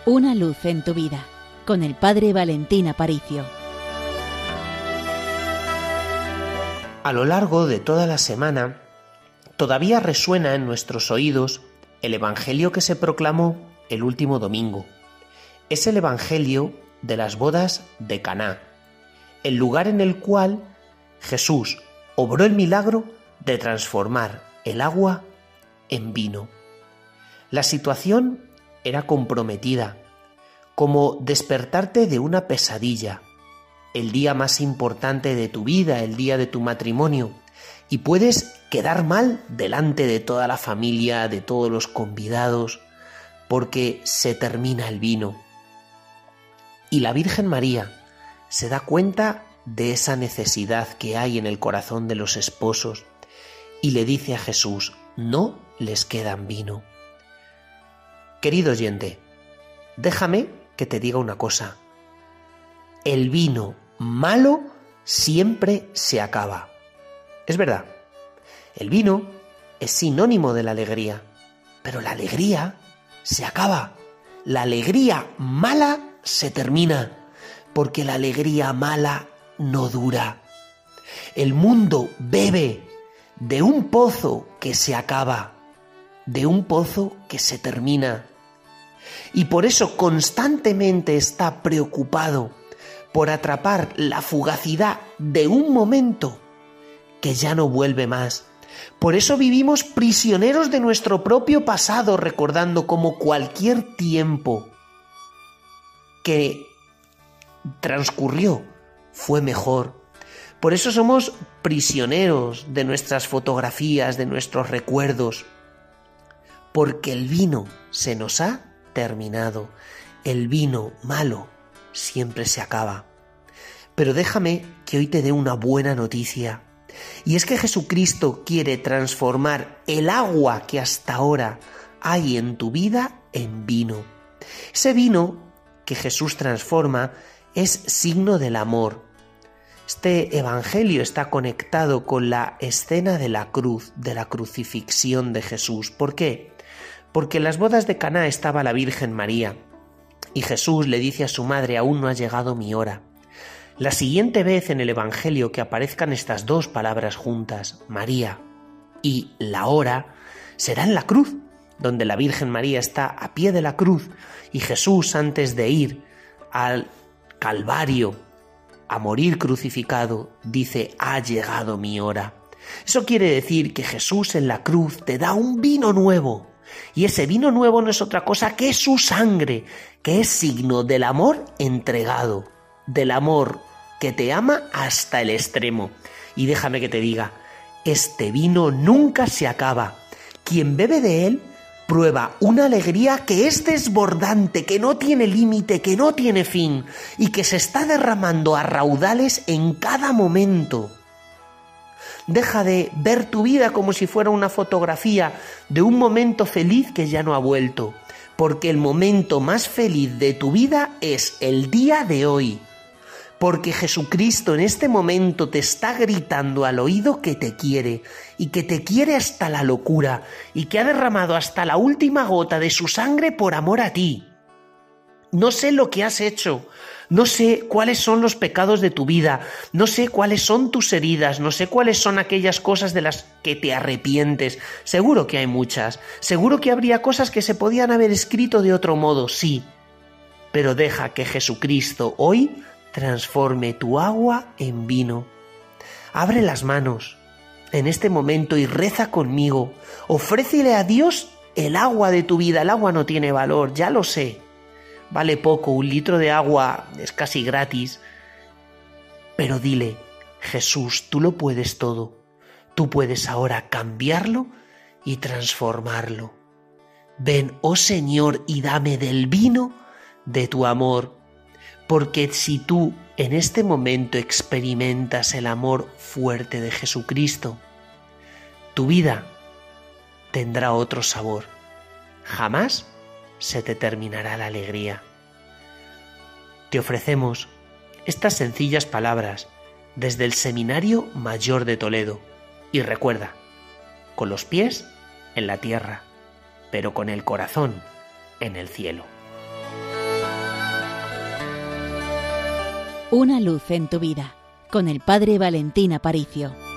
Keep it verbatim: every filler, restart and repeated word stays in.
Una luz en tu vida, con el Padre Valentín Aparicio. A lo largo de toda la semana, todavía resuena en nuestros oídos el Evangelio que se proclamó el último domingo. Es el Evangelio de las bodas de Caná, el lugar en el cual Jesús obró el milagro de transformar el agua en vino. La situación era comprometida, como despertarte de una pesadilla, el día más importante de tu vida, el día de tu matrimonio, y puedes quedar mal delante de toda la familia, de todos los convidados, porque se termina el vino. Y la Virgen María se da cuenta de esa necesidad que hay en el corazón de los esposos y le dice a Jesús: no les quedan vino. Querido oyente, déjame que te diga una cosa. El vino malo siempre se acaba. Es verdad, el vino es sinónimo de la alegría, pero la alegría se acaba. La alegría mala se termina, porque la alegría mala no dura. El mundo bebe de un pozo que se acaba, de un pozo que se termina. Y por eso constantemente está preocupado por atrapar la fugacidad de un momento que ya no vuelve más. Por eso vivimos prisioneros de nuestro propio pasado, recordando como cualquier tiempo que transcurrió fue mejor. Por eso somos prisioneros de nuestras fotografías, de nuestros recuerdos, porque el vino se nos ha terminado. El vino malo siempre se acaba. Pero déjame que hoy te dé una buena noticia, y es que Jesucristo quiere transformar el agua que hasta ahora hay en tu vida en vino. Ese vino que Jesús transforma es signo del amor. Este evangelio está conectado con la escena de la cruz, de la crucifixión de Jesús. ¿Por qué? Porque en las bodas de Caná estaba la Virgen María y Jesús le dice a su madre: aún no ha llegado mi hora. La siguiente vez en el evangelio que aparezcan estas dos palabras juntas, María y la hora, será en la cruz, donde la Virgen María está a pie de la cruz y Jesús, antes de ir al Calvario a morir crucificado, dice: ha llegado mi hora. Eso quiere decir que Jesús en la cruz te da un vino nuevo, y ese vino nuevo no es otra cosa que su sangre, que es signo del amor entregado, del amor que te ama hasta el extremo. Y déjame que te diga, este vino nunca se acaba. Quien bebe de él prueba una alegría que es desbordante, que no tiene límite, que no tiene fin y que se está derramando a raudales en cada momento. Deja de ver tu vida como si fuera una fotografía de un momento feliz que ya no ha vuelto, porque el momento más feliz de tu vida es el día de hoy, porque Jesucristo en este momento te está gritando al oído que te quiere, y que te quiere hasta la locura, y que ha derramado hasta la última gota de su sangre por amor a ti. No sé lo que has hecho, no sé cuáles son los pecados de tu vida, no sé cuáles son tus heridas, no sé cuáles son aquellas cosas de las que te arrepientes. Seguro que hay muchas, seguro que habría cosas que se podían haber escrito de otro modo, sí, pero deja que Jesucristo hoy transforme tu agua en vino. Abre las manos en este momento y reza conmigo. Ofrécele a Dios el agua de tu vida. El agua no tiene valor, ya lo sé. Vale poco, un litro de agua es casi gratis. Pero dile: Jesús, tú lo puedes todo. Tú puedes ahora cambiarlo y transformarlo. Ven, oh Señor, y dame del vino de tu amor. Porque si tú en este momento experimentas el amor fuerte de Jesucristo, tu vida tendrá otro sabor. Jamás se te terminará la alegría. Te ofrecemos estas sencillas palabras desde el Seminario Mayor de Toledo. Y recuerda, con los pies en la tierra, pero con el corazón en el cielo. Una luz en tu vida, con el Padre Valentín Aparicio.